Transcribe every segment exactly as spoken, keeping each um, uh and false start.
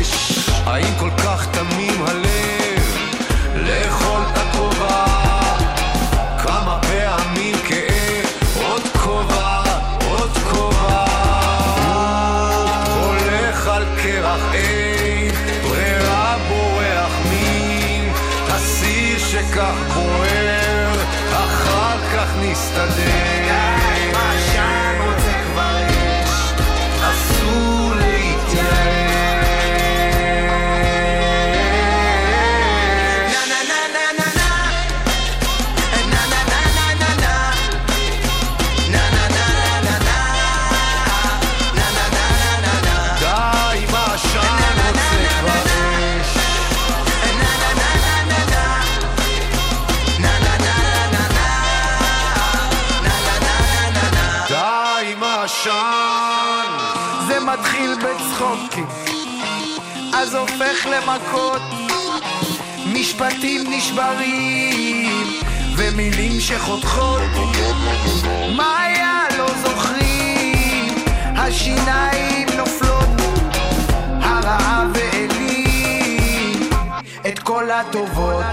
אש? האם כל כך תמים הלב לאכול את הכובע? כמה פעמים כאב עוד כובע, עוד כובע. הולך על קרח אין, ברירה בורח מין, הסיר שכך בוער, אחר כך נסתדר. די, מה שם רוצה כבר אש, אסור להתייאש. זה מתחיל בצחוקים, אז הופך למכות, משפטים נשברים ומילים שחותכות. מה היה לא זוכרים, השיניים נופלות, הרעה ואלים את כל הטובות.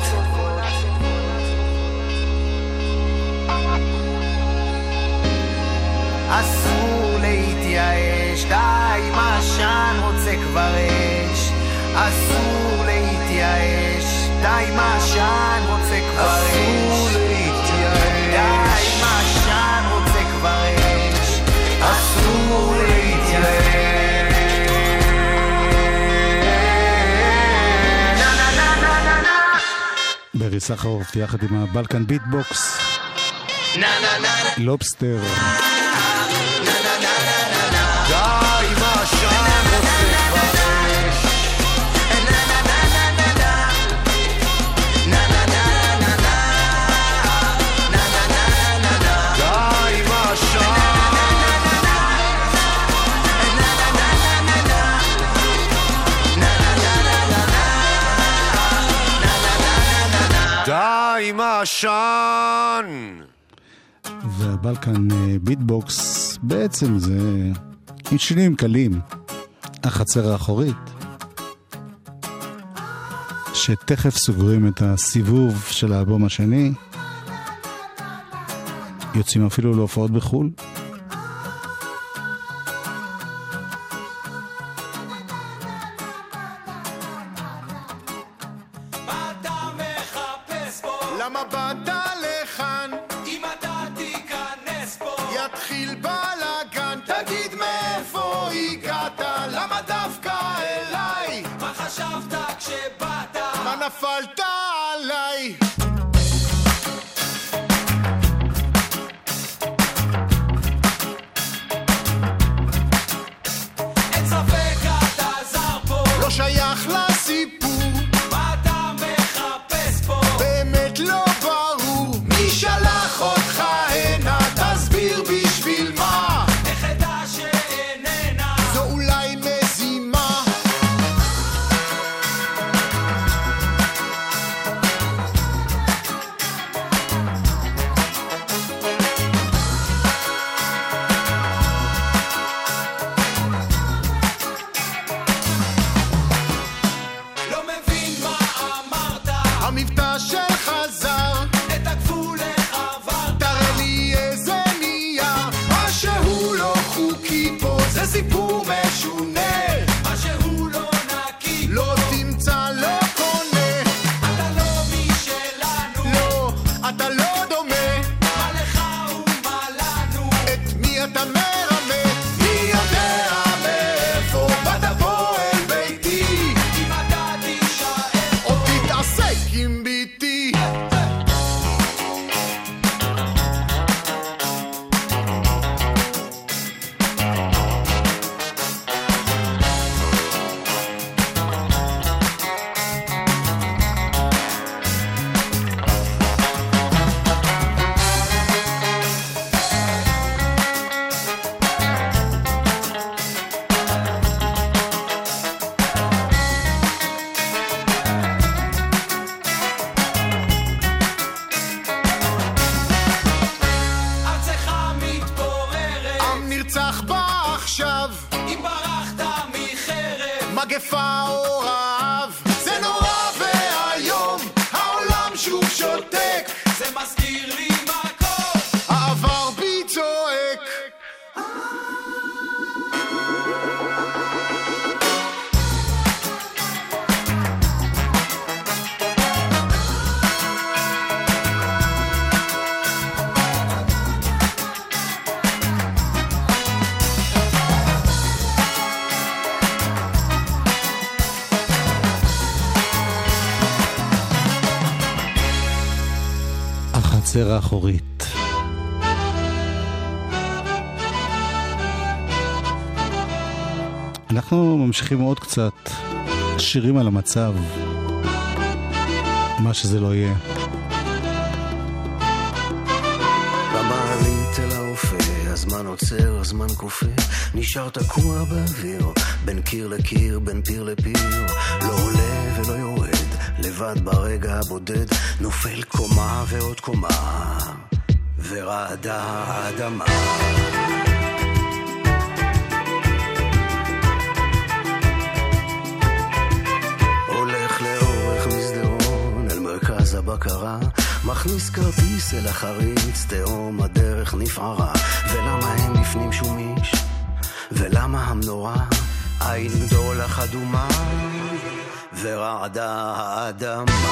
אסור להתייאש, די מה שאני רוצה כבר אש. אסור להתייאש, די מה שאני רוצה כבר אש. אסור להתייאש, די מה שאני רוצה כבר אש. אסור להתייאש. נה נה נה נה נה נה. ברי סחרוף יחד עם הבלקן ביטבוקס, לובסטר. די מעשן. והבלקן ביטבוקס בעצם זה עם שירים קלים, החצר האחורית, שתכף סוגרים את הסיבוב של האלבום השני, יוצאים אפילו להופעות בחול. למה באת לכאן? אם אתה תיכנס פה יתחיל בלגן. תגיד מאיפה הגעת? למה דווקא אליי? מה חשבת כשבאת? מה נפלת עליי? אין ספק אתה זר פה, לא שייך לסיפור. מה אתה מחפש פה? באמת לא ברור. מי שלח אותך הנה? תסביר בשביל מה? איך אדע שאיננה? זו אולי מזימה. מגפה או רעב, זה נורא והיום העולם שוב שותק, זה מזכיר לי מקום, העבר בי צועק. החצר האחורית. אנחנו ממשיכים עוד קצת שירים על המצב, מה שזה לא יהיה. במעלית אל האופה, הזמן עוצר, הזמן קופה, נשאר תקוע באוויר, בין קיר לקיר, בין פיר לפיר, לא עולה ולא יורד, לבד ברגע הבודד, נופל קומה ועוד קומה, ורעדה האדמה. הולך לאורך מסדרון אל מרכז הבקרה, מכניס כרטיס אל החריץ, תהום הדרך נפערה, ולמה הם לפנים שומיש, ולמה המנורה עין דולח אדומה, ורעדה האדמה.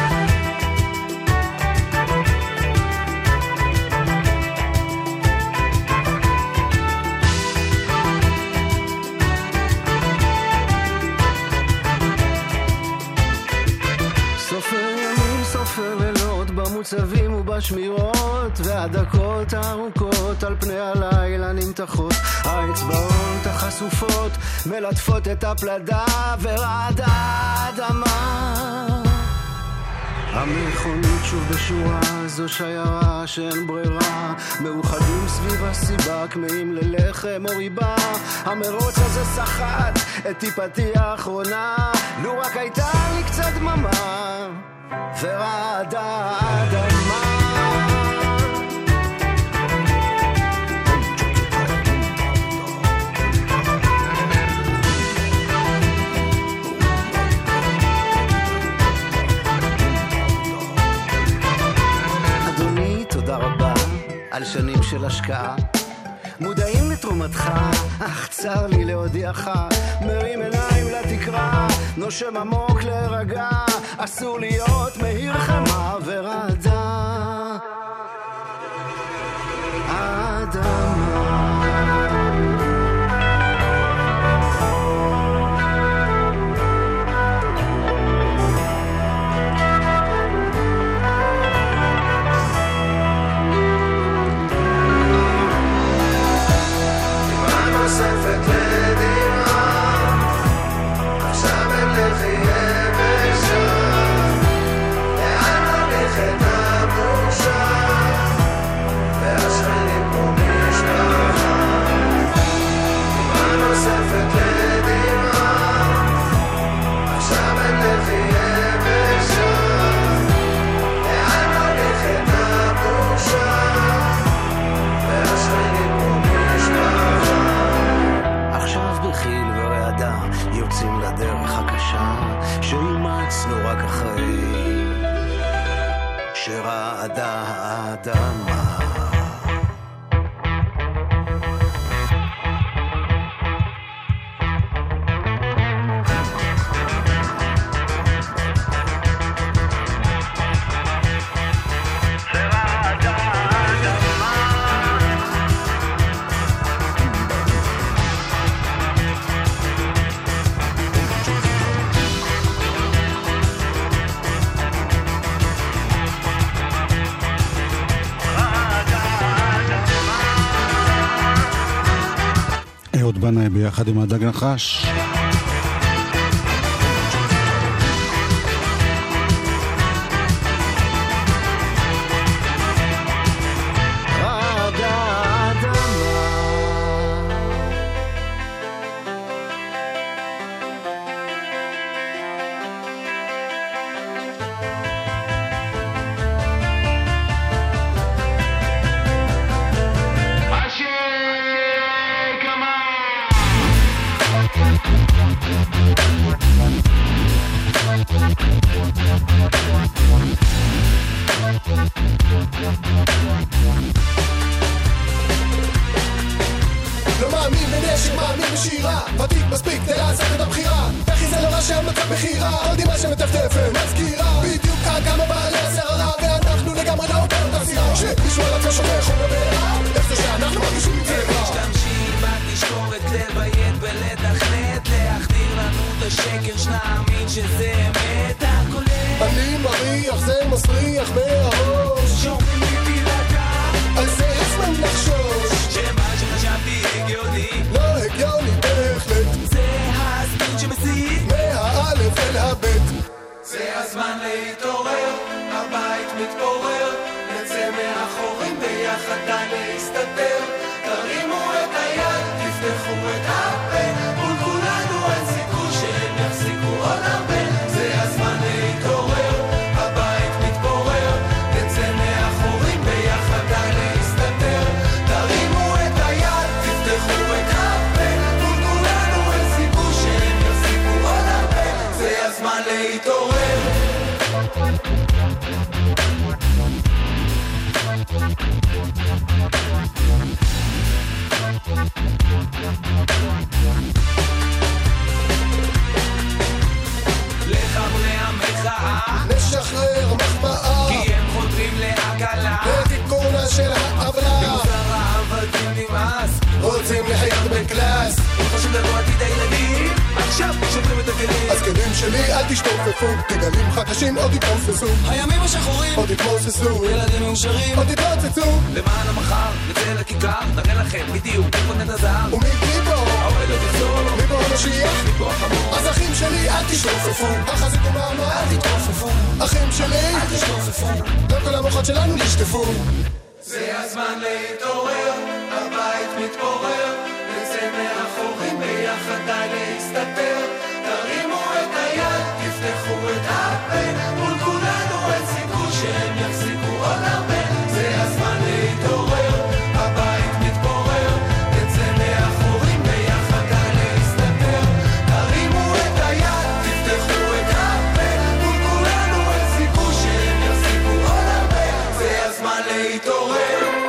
סופר ימים, סופר לילות, במוצבים ובשמירות, והדקות הארוכות על פני הלילה נמתחות, האצבעות החשופות מלטפות את הפלדה, ורעדה האדמה. המכונית שוב בשורה, זו שיירה שאין ברירה, מאוחדים סביב הסיבה, כמאים ללחם או ריבה, המרוץ הזה שחט את טיפתי האחרונה, לו רק הייתה לי קצת דממה, ורעדה האדמה. תודה רבה על שנים של השקעה, מודעים לתרומתך, אך צר לי להודיעך, מרים עיניים לתקרה, נושם עמוק להירגע, אסור להיות מהיר חמה, ורעדה האדמה. נוספת לדמעה, עכשיו אין לכי יבשה, לאן הולכת הבושה, והשכנים פה משכחה. דמעה נוספת לדמעה, עכשיו אין לכי יבשה, לאן הולכת הבושה, והשכנים פה משכחה. עכשיו בחיל ורעדה יוצאים לדרך הקשה, שאימצנו רק אחרי שרעדה האדמה. אהוד בנאי ביחד עם הדג נחש. Come on! מחירה, כל דימה שמטפטפת מזכירה בדיוק כמה בעלי הסערה, ואנחנו לגמרי לא עובר את הסירה שמישהו על עצמו שופך חומר בעירה, איך זה שאנחנו מרגישים עם צבע משתמשים בתשקורת לביית ולתכנת, להחדיר לנו את השקר שנאמין שזה אמת הכולל. אני מריח זה מסריח מהראש, שומעים לי תילקה על זה עצמם לחשוש, שמה שחשבתי הגיוני לא הגיוני בהחלט, זה הספין שמסית מהאלף אל הבית. זה הזמן להתעורר, הבית מתפורר, נצא מאחורים ביחד די להסתתר, תרימו את היד, תפתחו את הפה, מול כולנו אין סיכוי שהם יחזיקו עוד הרבה. זה הזמן להתעורר, הבית מתפורר, נצא מאחורים ביחד די להסתתר, תרימו את היד, תפתחו את הפה, מול כולנו אין סיכוי שהם יחזיקו עוד הרבה. זה הזמן להתעורר. לחברי המחאה נשחרר מחמאה, כי הם חותרים להקלה לתיקונה של העוולה, במוסר העבדים נמאס, רוצים לחיות בקלאס, אם חושבים לדור עתיד הילדים, עכשיו שוברים את הכלים. אז כלים שלי אל תשתופפו, תגלים חדשים עוד יתמוססו, הימים השחורים עוד יתמוססו, ילדים מאושרים עוד יתרוצצו, למען המחר נצא לכיכר, נראה לכם בדיוק איפה נט הזהב, ומי פה? האוהל עוד יחזור, מי פה המשיח? מי פה החמור, אז אחים שלי אל תשתופפו, החזית ומעמד אל תתרופפו, אחים שלי אל תשתופפו, לא כל המוחות שלנו נשטפו. זה הזמן להתעורר, הבית מתפורר, נצא מאחורים ביחד די להסתתר, תרימו את היד, תפתחו את הפה, מול כולנו אין סיכוי שהם יחזיקו עוד הרבה. זה הזמן להתעורר, הבית מתפורר, נצא מאחורים ביחד די להסתתר, תרימו את היד, תפתחו את הפה, מול כולנו אין סיכוי שהם יחזיקו עוד הרבה. זה הזמן להתעורר.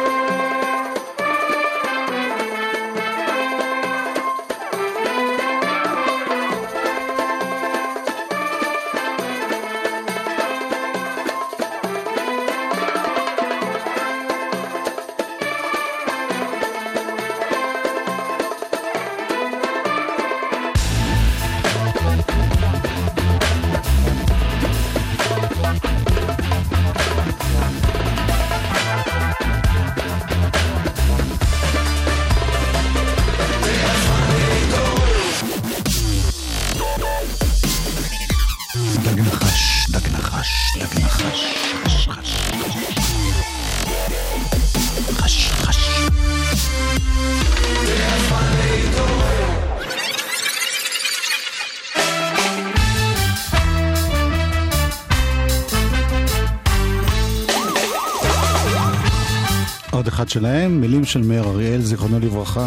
עוד אחד שלהם, מילים של מאיר אריאל, זיכרונו לברכה.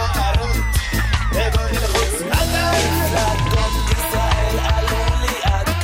ישראל עלו לי עד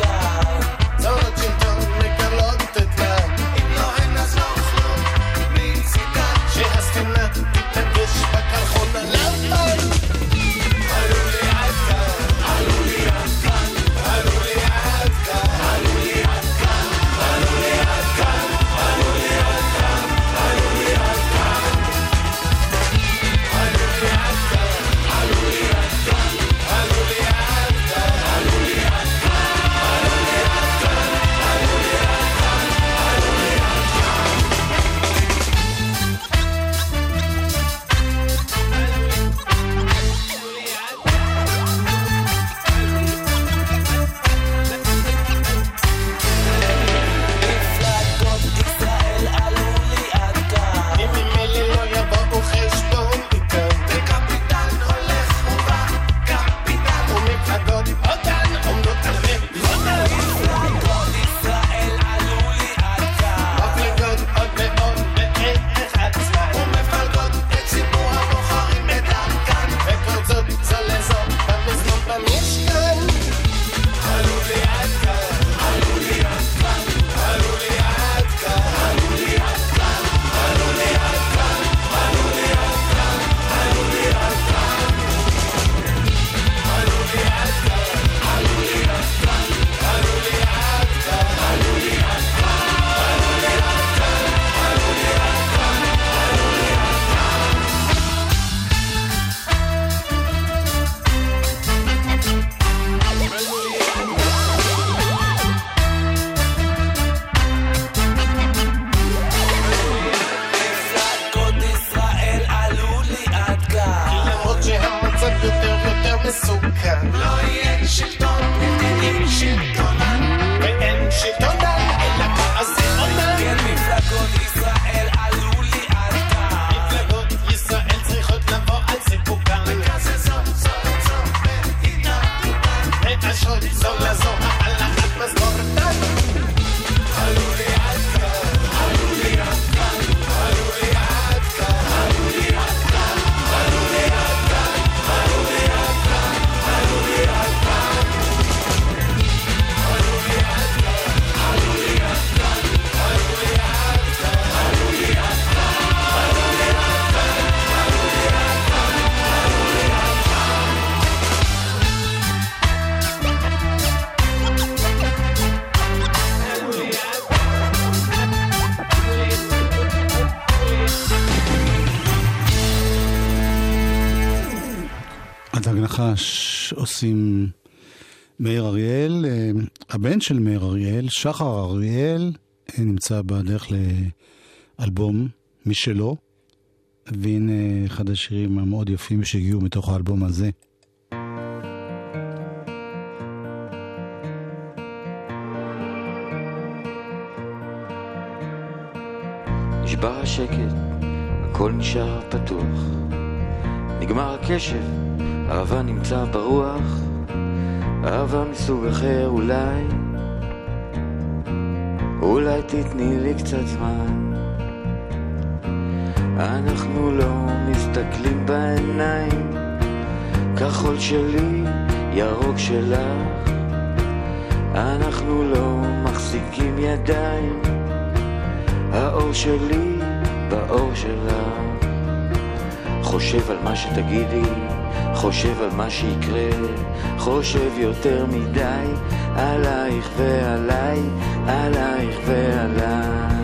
נחש עושים מאיר אריאל, הבן של מאיר אריאל, שחר אריאל, נמצא בדרך לאלבום משלו, והנה אחד השירים המאוד יפים שהגיעו מתוך האלבום הזה. נשבר השקט, הכל נשאר פתוח, נגמר הקשב, אהבה נמצא ברוח, אהבה מסוג אחר אולי, אולי תתני לי קצת זמן. אנחנו לא מסתכלים בעיניים, כחול שלי, ירוק שלך, אנחנו לא מחזיקים ידיים, האור שלי באור שלך. חושב על מה שתגידי, חושב על מה שיקרה, חושב יותר מדי עלייך ועליי, עלייך ועליי.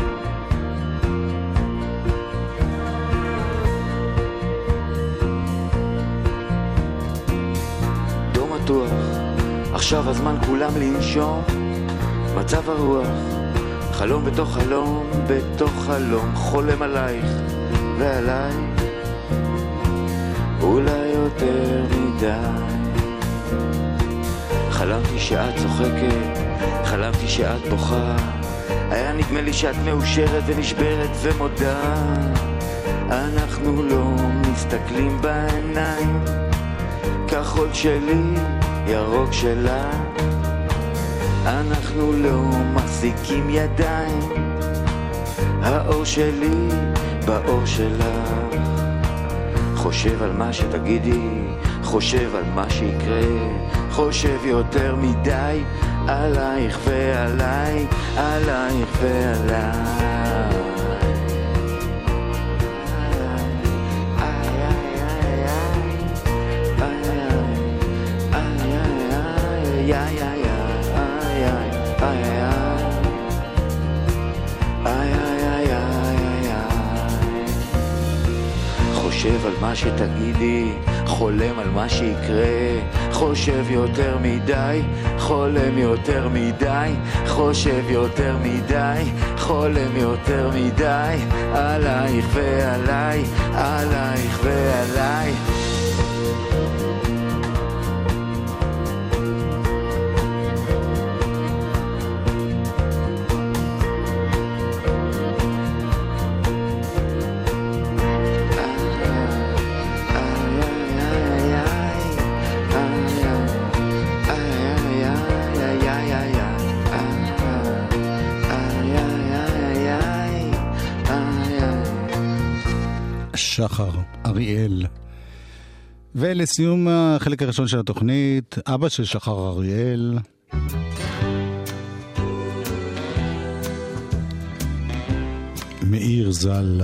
דום מתוח, עכשיו הזמן כולם לנשום, מצב הרוח, חלום בתוך חלום, בתוך חלום, חולם עלייך ועליי, אולי יותר מדי. חלמתי שאת צוחקת, חלמתי שאת בוכה, היה נדמה לי שאת מאושרת ונשברת ומודה. אנחנו לא מסתכלים בעיניים, כחול שלי, ירוק שלה, אנחנו לא מחזיקים ידיים, האור שלי באור שלך. חושב על מה שתגידי, חושב על מה שיקרה, חושב יותר מדי עלייך ועליי, עלייך ועליי. חושב על מה שתגידי, חולם על מה שיקרה, חושב יותר מדי, חולם יותר מדי, חושב יותר מדי, חולם יותר מדי, עלייך ועליי, עלייך ועליי. שחר אריאל. ולסיום החלק הראשון של התוכנית, אבא של שחר אריאל, מאיר ז"ל.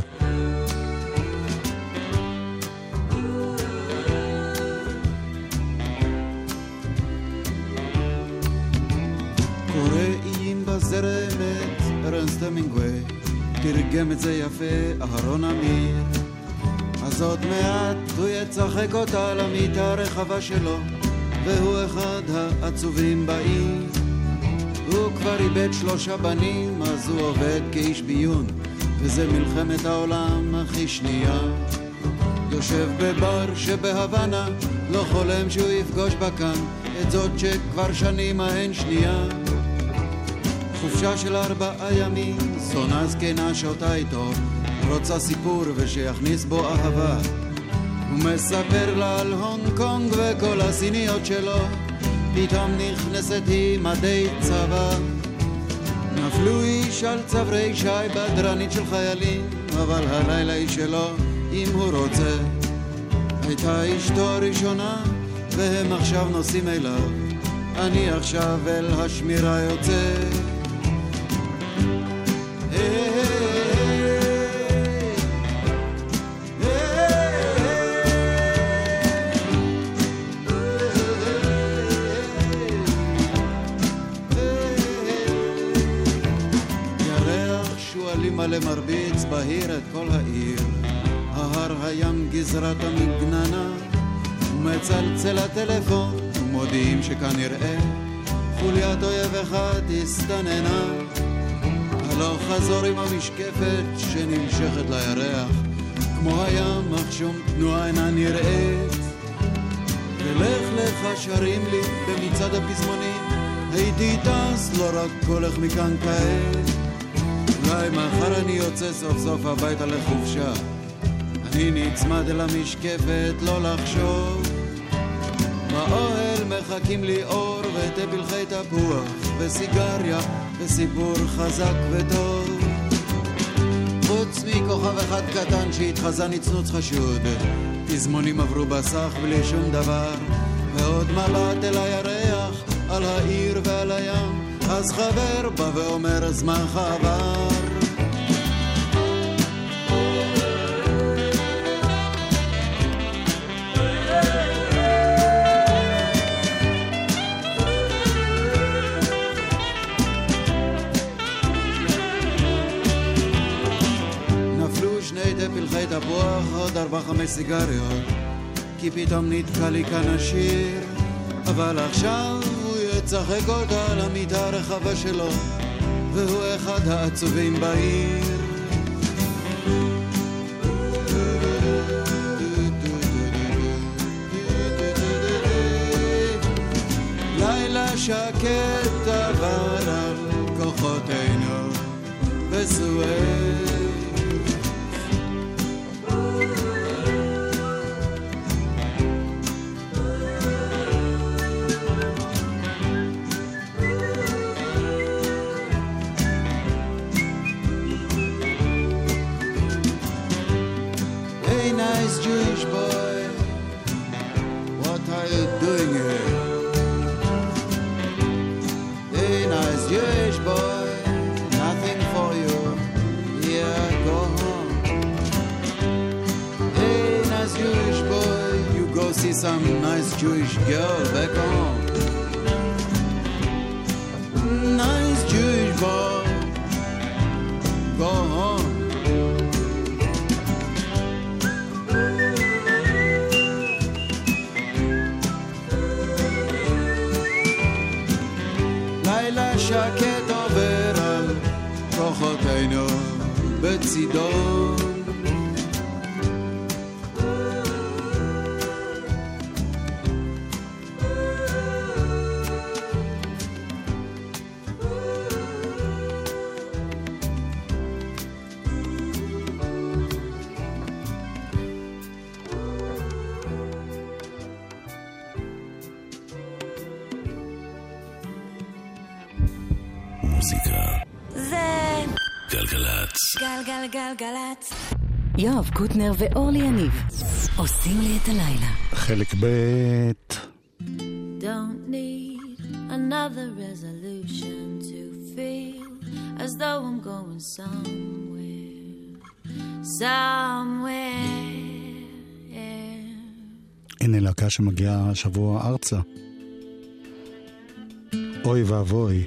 קוראים בזרמת ארנסט המינגווי, תרגם את זה יפה אהרון אמיר. אז עוד מעט הוא יצחק אותה למיטה הרחבה שלו, והוא אחד העצובים בעיר. הוא כבר איבד שלושה בנים, אז הוא עובד כאיש ביון, וזה מלחמת העולם הכי שנייה. יושב בבר שבהוואנה, לא חולם שהוא יפגוש בה כאן את זאת שכבר שנים ההן שנייה. חופשה של ארבעה ימים, זונה זקנה שותה איתו, רוצה סיפור ושיכניס בו אהבה. הוא מספר לה על הונג קונג וכל הסיניות שלו, פתאום נכנסת היא מדי צבא. נפלו איש על צברי שי בדרנית של חיילים, אבל הלילה היא שלו אם הוא רוצה. הייתה אשתו הראשונה והם עכשיו נוסעים אליו, אני עכשיו אל השמירה יוצא. מלא מרביץ בהיר את כל העיר, ההר הים גזרת המגננה, מצלצל הטלפון, מודיעים שכנראה חוליית אויב אחד הסתננה. הלוך חזור עם המשקפת שנמשכת לירח, כמו הים אך שום תנועה אינה נראית. ולך לך שרים לי במצעד הפזמונים, הייתי טס לא רק קולך מכאן כעת. אולי מחר אני יוצא סוף סוף הביתה לחופשה, אני נצמד אל המשקפת לא לחשוב. באוהל מחכים לי אור ותה פלחי תפוח וסיגריה וסיפור חזק וטוב. חוץ מכוכב אחד קטן שהתחזה נצנוץ חשוד, תזמונים עברו בסך בלי שום דבר, ועוד מבט אל הירח, על העיר ועל הים, אז חבר בא ואומר זמנך עבר. פלחי תפוח, עוד ארבע חמש סיגריות, כי פתאום נתקע לי כאן השיר. אבל עכשיו הוא יצחק אותה על המיטה הרחבה שלו, והוא אחד העצובים בעיר. לילה שקט עבר על כוחותינו בסואל, Jewish boy, what are you doing here? Hey, nice Jewish boy, nothing for you. Yeah, go home. Hey, nice Jewish boy, you go see some nice Jewish girl back home. Nice Jewish boy, go home. שקט עובר על כוחותינו בצידון, גלגלגלגלצ. יואב קוטנר ואורלי יניב עושים לי את הלילה. חלק ב'. Don't need another resolution to feel as though I'm going somewhere, somewhere. הנה להקה שמגיעה השבוע ארצה. אוי ואבוי.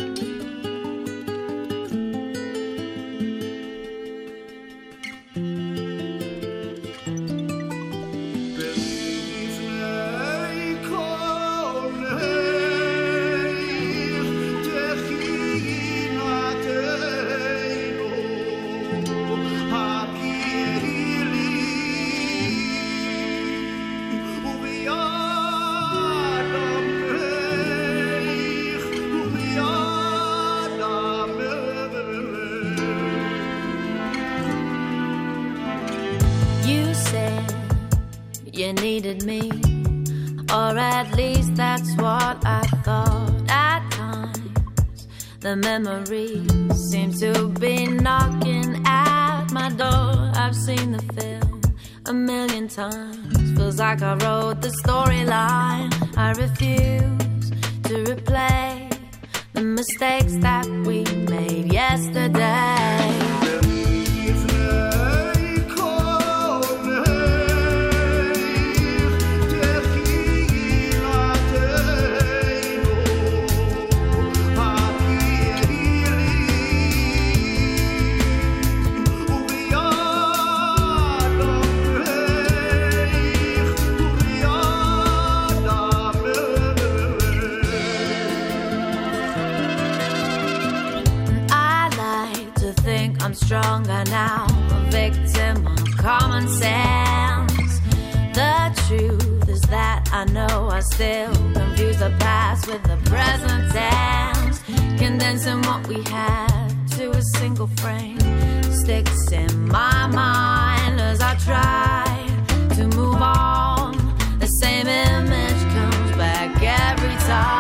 You needed me, or at least that's what I thought. At times, the memories seem to be knocking at my door. I've seen the film a million times, feels like I wrote the storyline. I refuse to replay the mistakes that we made yesterday. Oh I'm stronger now, a victim of common sense. The truth is that I know I still confuse the past with the present tense, condensing what we had to a single frame sticks in my mind as I try to move on. The same image comes back every time.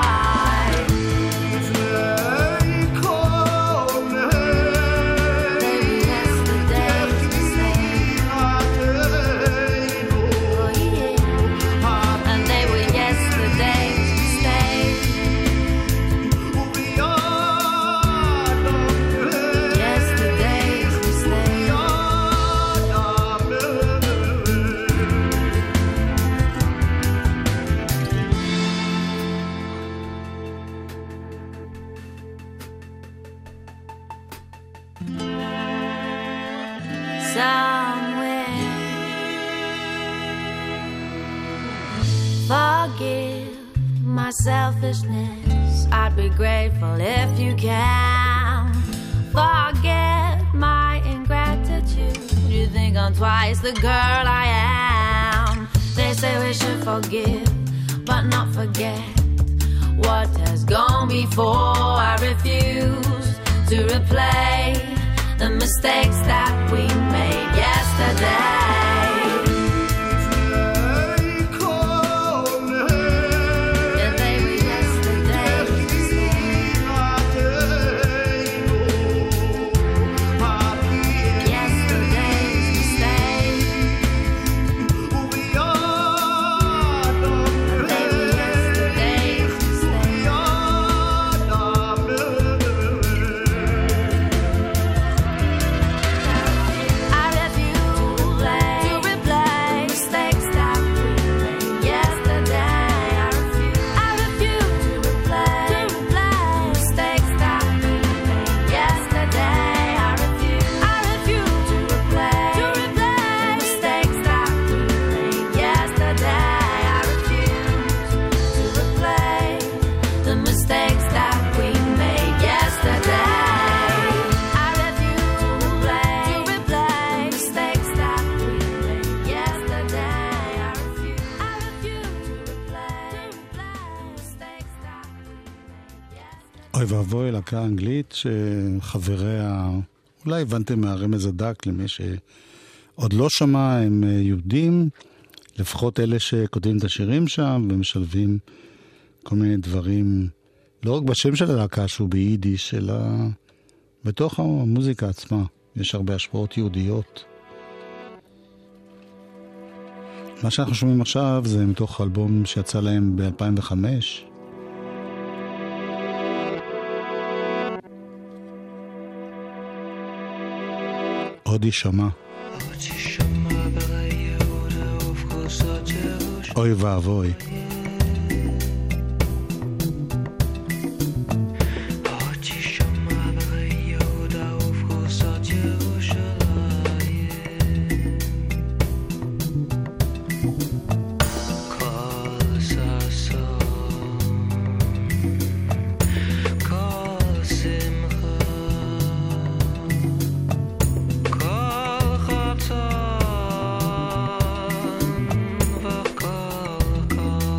Forgive my selfishness, I'd be grateful if you can. Forget my ingratitude, you think I'm twice the girl I am. They say we should forgive, but not forget what has gone before. I refuse to replay the mistakes that we made yesterday. אוי ואבוי, להקה אנגלית שחבריה, אולי הבנתם מהרמז הדק למי שעוד לא שמע, הם יהודים, לפחות אלה שכותבים את השירים שם ומשלבים כל מיני דברים, לא רק בשם של הלהקה שהוא ביידיש, אלא בתוך המוזיקה עצמה. יש הרבה השפעות יהודיות. מה שאנחנו שומעים עכשיו זה מתוך אלבום שיצא להם ב-אלפיים וחמש. עוד ישמע. אוי ואבוי. Call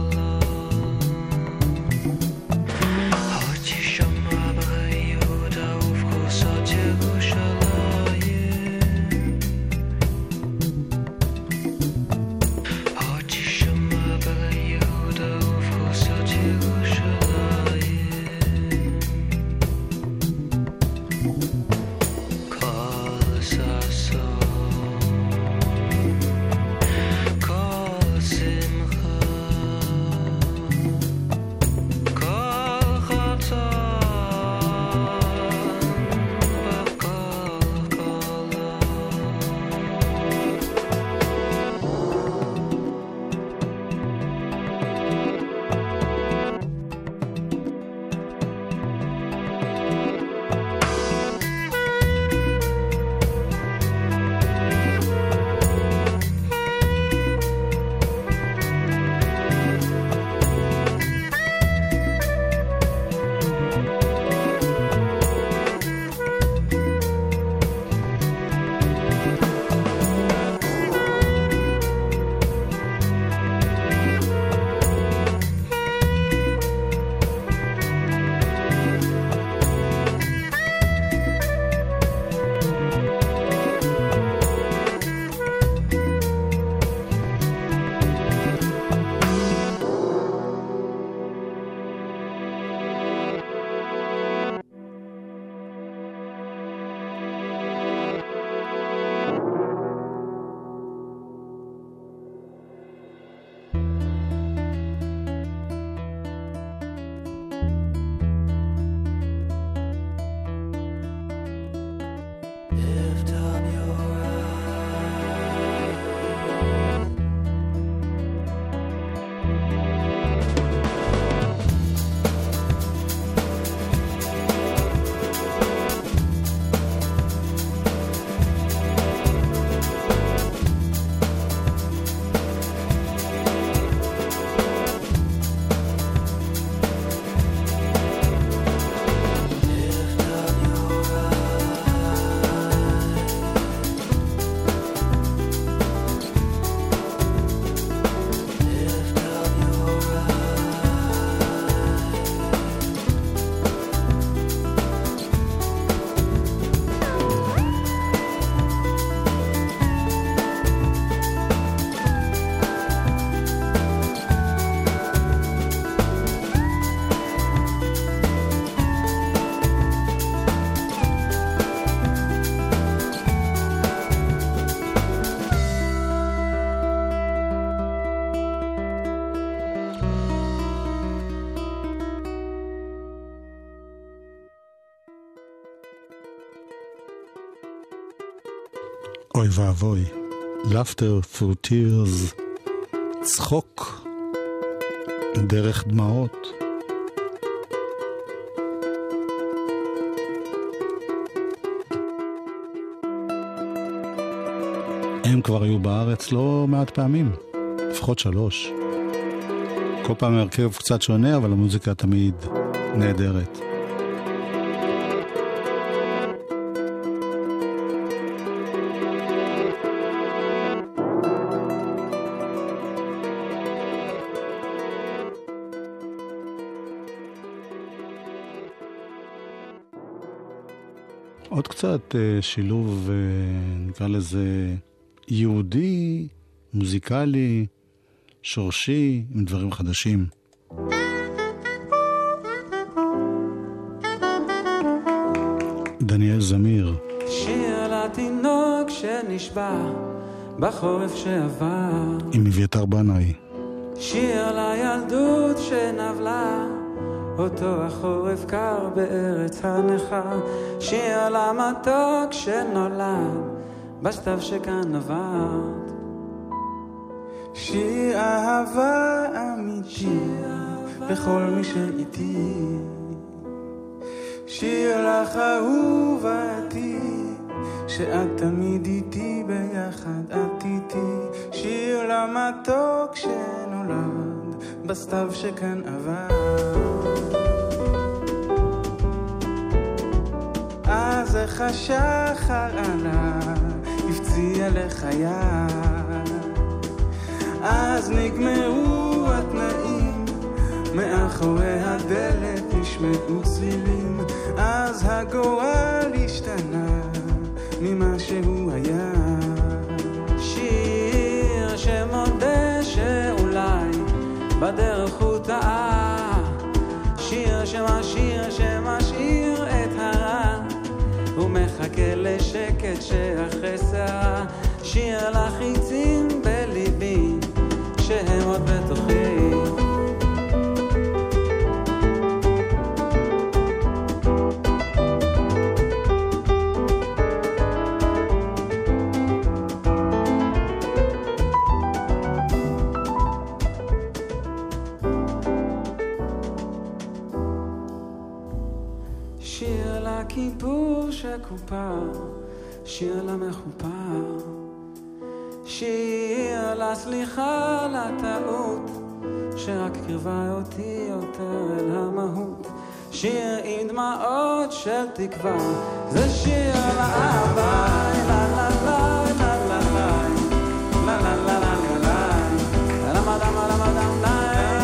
אוי ואבוי, laughter through tears, צחוק דרך דמעות. הם כבר היו בארץ לא מעט פעמים, לפחות שלוש. כל פעם הרכב קצת שונה, אבל המוזיקה תמיד נהדרת. עוד קצת שילוב, נקרא לזה יהודי, מוזיקלי, שורשי, עם דברים חדשים. דניאל זמיר. שיר לתינוק שנשבע בחורף שעבר, עם אביתר בנאי. שיר לילדות שנבלה אותו החורף קר בארץ הנכר, שיר למתוק שנולד בסתיו שכאן עברת, שיר אהבה אמיתי לכל מי שאיתי, שיר לך אהובתי שאת תמיד איתי ביחד את איתי, שיר למתוק שנולד בסתיו שכאן עבר. אז איך השחר עלה הפציע לחיה, אז נגמרו התנאים מאחורי הדלת נשמעו צלילים, אז הגורל השתנה ממה שהוא היה. שיר שמודה שאולי בדרך הוא טעה, שיר שמשאיר שמשאיר את הרע ומחכה לשקט שאחרי שעה, שיר לחיצים בליבי שהם עוד בתוכי. כיפור שקופר, שיר למחופר, שיר לסליחה לטעות שרק קרבה אותי יותר אל המהות, שיר עם דמעות של תקווה, זה שיר לאהבה, לה לה לה לה לה לה לה לה לה לה לה למה למה למה למה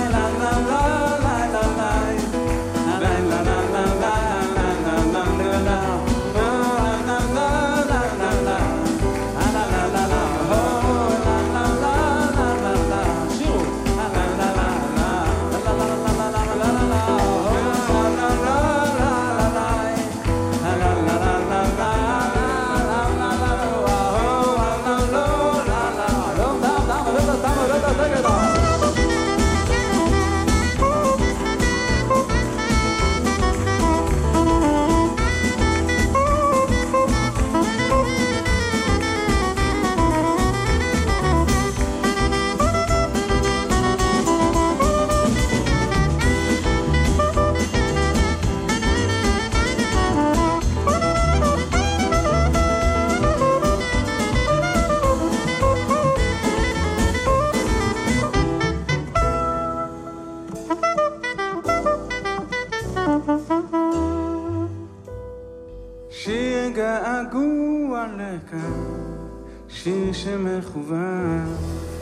שיר שמכוון.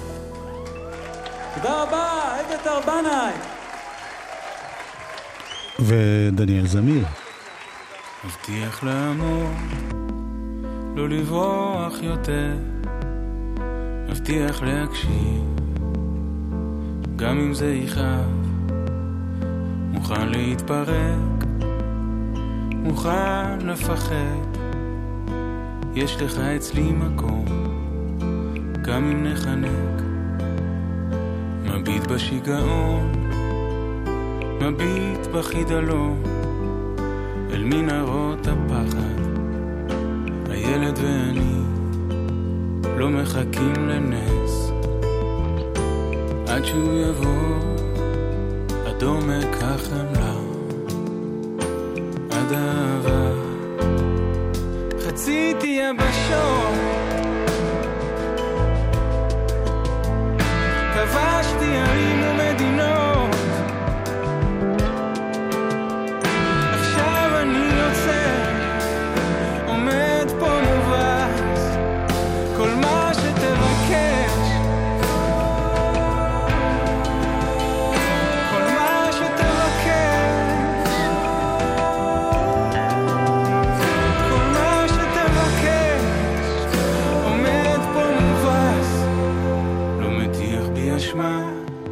תודה רבה, אביתר בנאי. ודניאל זמיר. מבטיח לאמור, לא לברוח יותר, מבטיח להקשיב, גם אם זה יכאב, מוכן להתפרק, מוכן לפחד, יש לך אצלי מקום, גם אם נחנק, מביט בשיגעון, מביט בחידלון, אל מנהרות הפחד, הילד ואני, לא מחכים לנס עד שהוא יבוא עד עומק החמלה עד אהבה חציתי יבשות כבשתי ערים ומדינות עכשיו אני יוצא עומד פה מובס כל מה שתבקש כל מה שתבקש כל מה שתבקש עומד פה מובס לא מטיח בי אשמה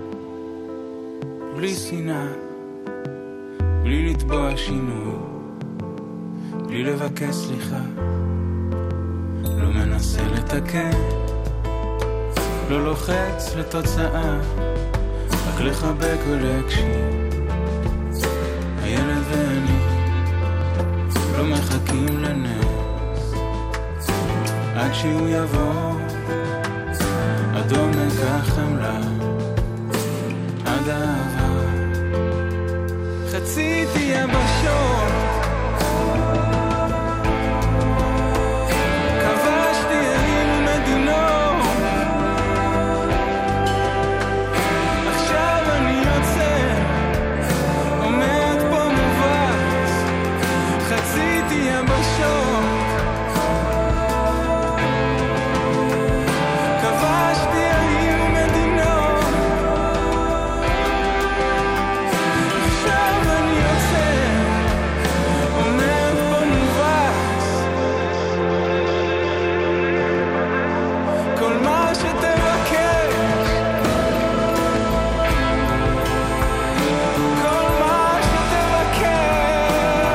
בלי שנאה בלי לתבוע שינוי בלי לבקש סליחה לא מנסה לתקן לא לוחץ לתוצאה רק לחבק ולהקשיב הילד ואני לא מחכים לנס עד שהוא יבוא עד עומק החמלה עד אהבה חציתי יבשות כבשתי ערים ומדינות עכשיו אני יוצא עומד פה מובס חציתי יבשות כבשתי ערים ומדינות עכשיו אני יוצא עומד פה מובס כל מה שתבקש כל מה שתבקש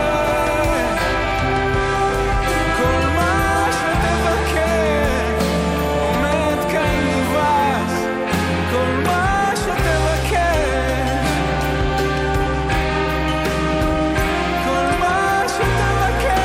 כל מה שתבקש עומד כאן מובס כל מה שתבקש כל מה שתבקש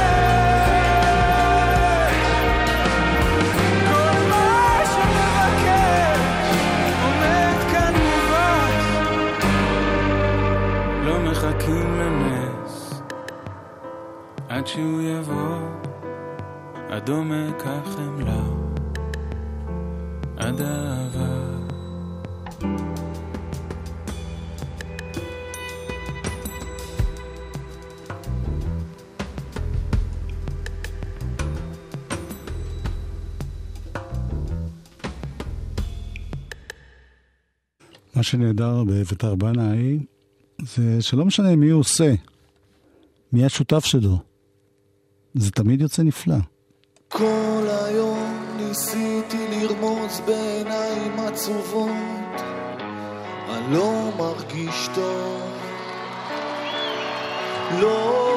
כל מה שתבקש עומד כאן מובס לא מחכים לנס עד שהוא יבוא עד עומק החמלה עד אהבה מה שנהדר בביתר בנאי זה שלא משנה מי הוא עושה, מי השותף שלו, זה תמיד יוצא נפלא. כל היום ניסיתי לרמוז בעיניים עצובות אני לא מרגיש טוב לא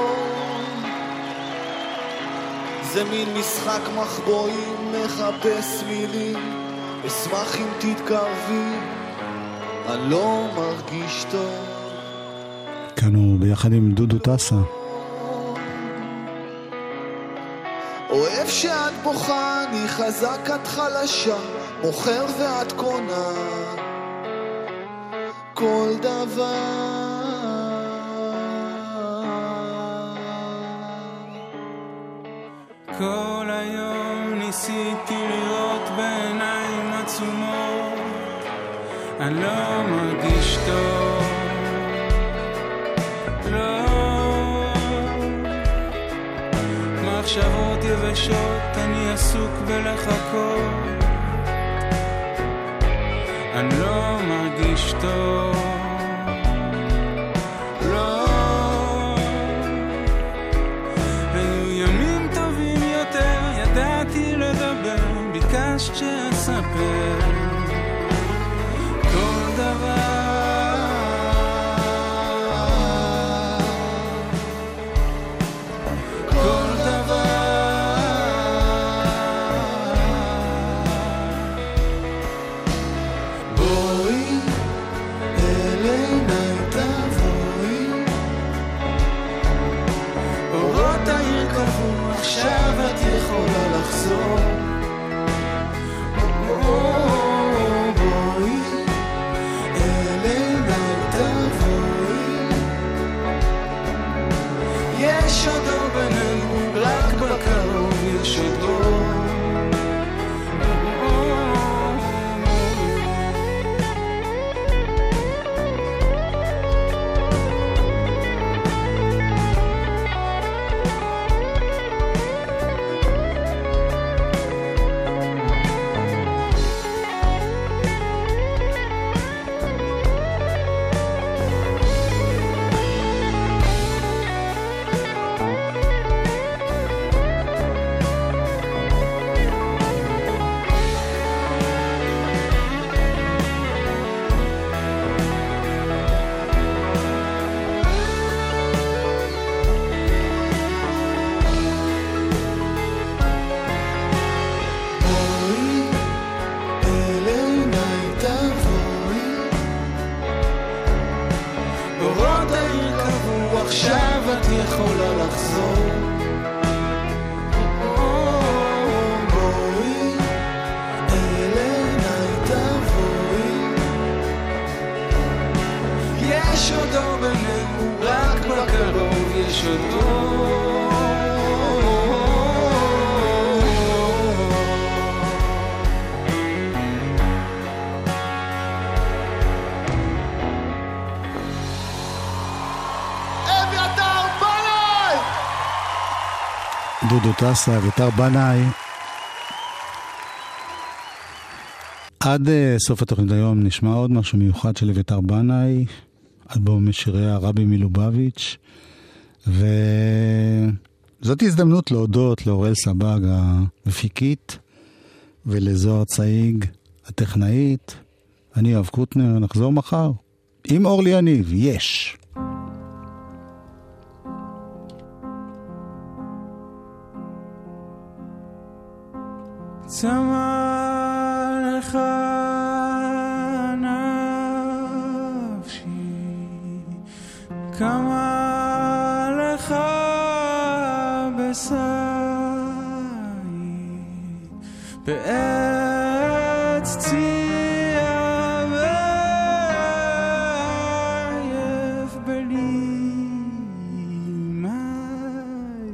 זה מין משחק מחבואים מחפש מילים אשמח אם תתקרבי אני לא מרגיש טוב כאן הוא ביחד עם דודו טסה אוהב שאת בוכה, אני חזק את חלשה מוכר ואת קונה כל דבר כל היום ניסיתי לראות בעיניים עצומות אני לא מרגיש טוב לא מחשבות יבשות אני עסוק בלחכות אני לא מרגיש טוב לא היו ימים טובים יותר ידעתי לדבר ביקשת שאספר כל דבר דודו טסה, אביתר בנאי. עד סוף התוכנית היום נשמע עוד משהו מיוחד של אביתר בנאי, אלבום משירי הרבי מלובביץ', וזאת הזדמנות להודות לאורל סבג המפיקית, ולזוהר צייג הטכנאית. אני יואב קוטנר, נחזור מחר עם אורלי יניב, יש. צמא לך נפשי, כמה לך בשרי, בעץ צייה ועייף בלי מים.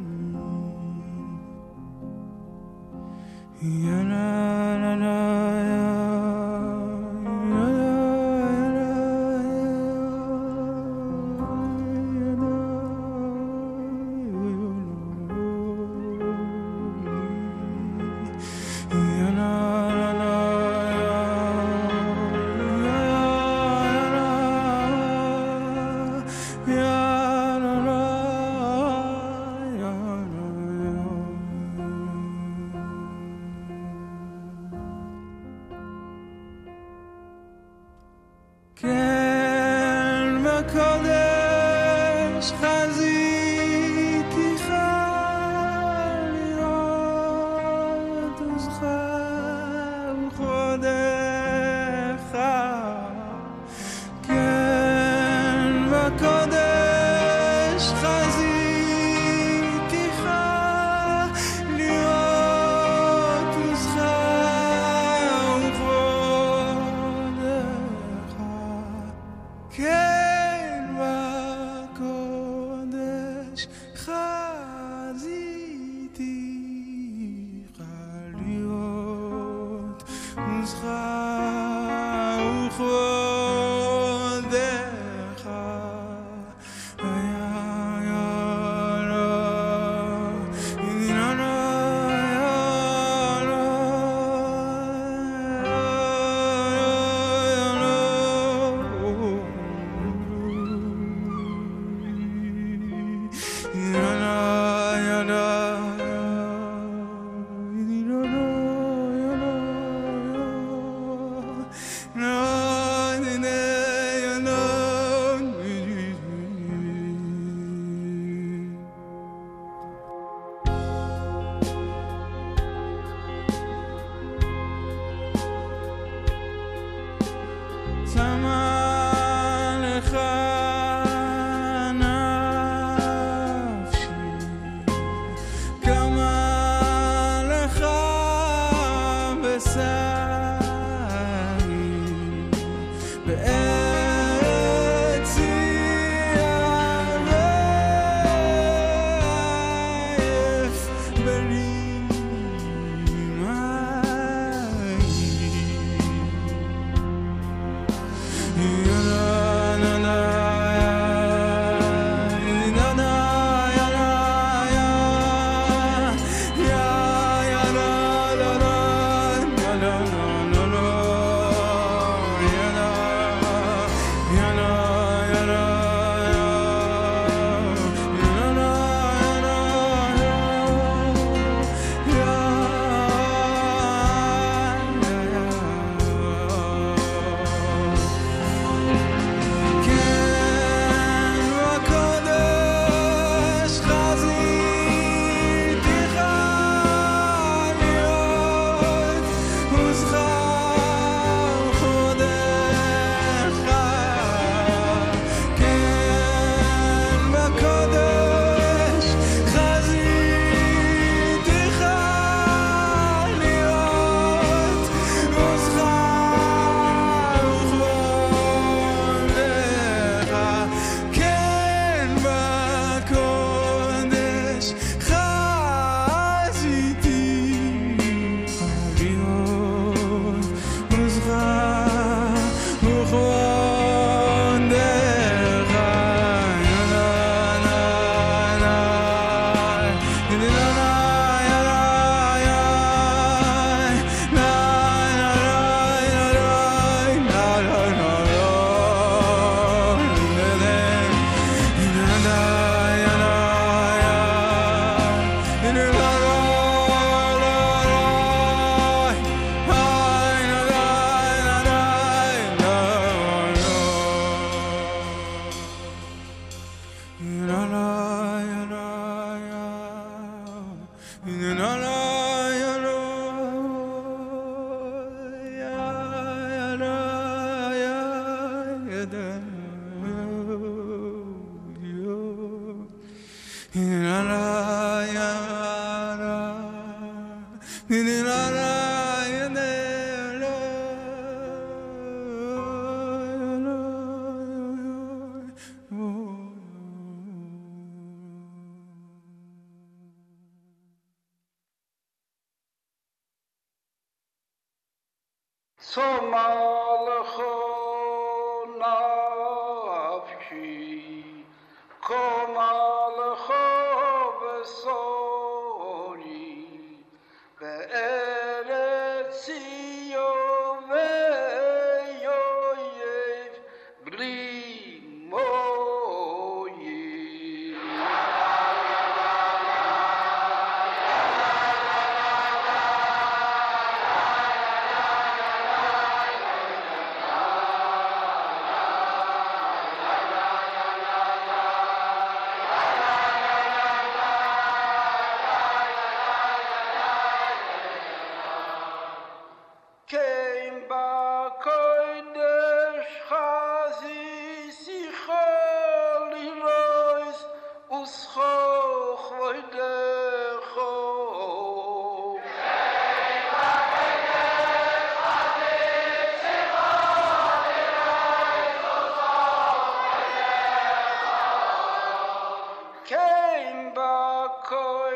came back.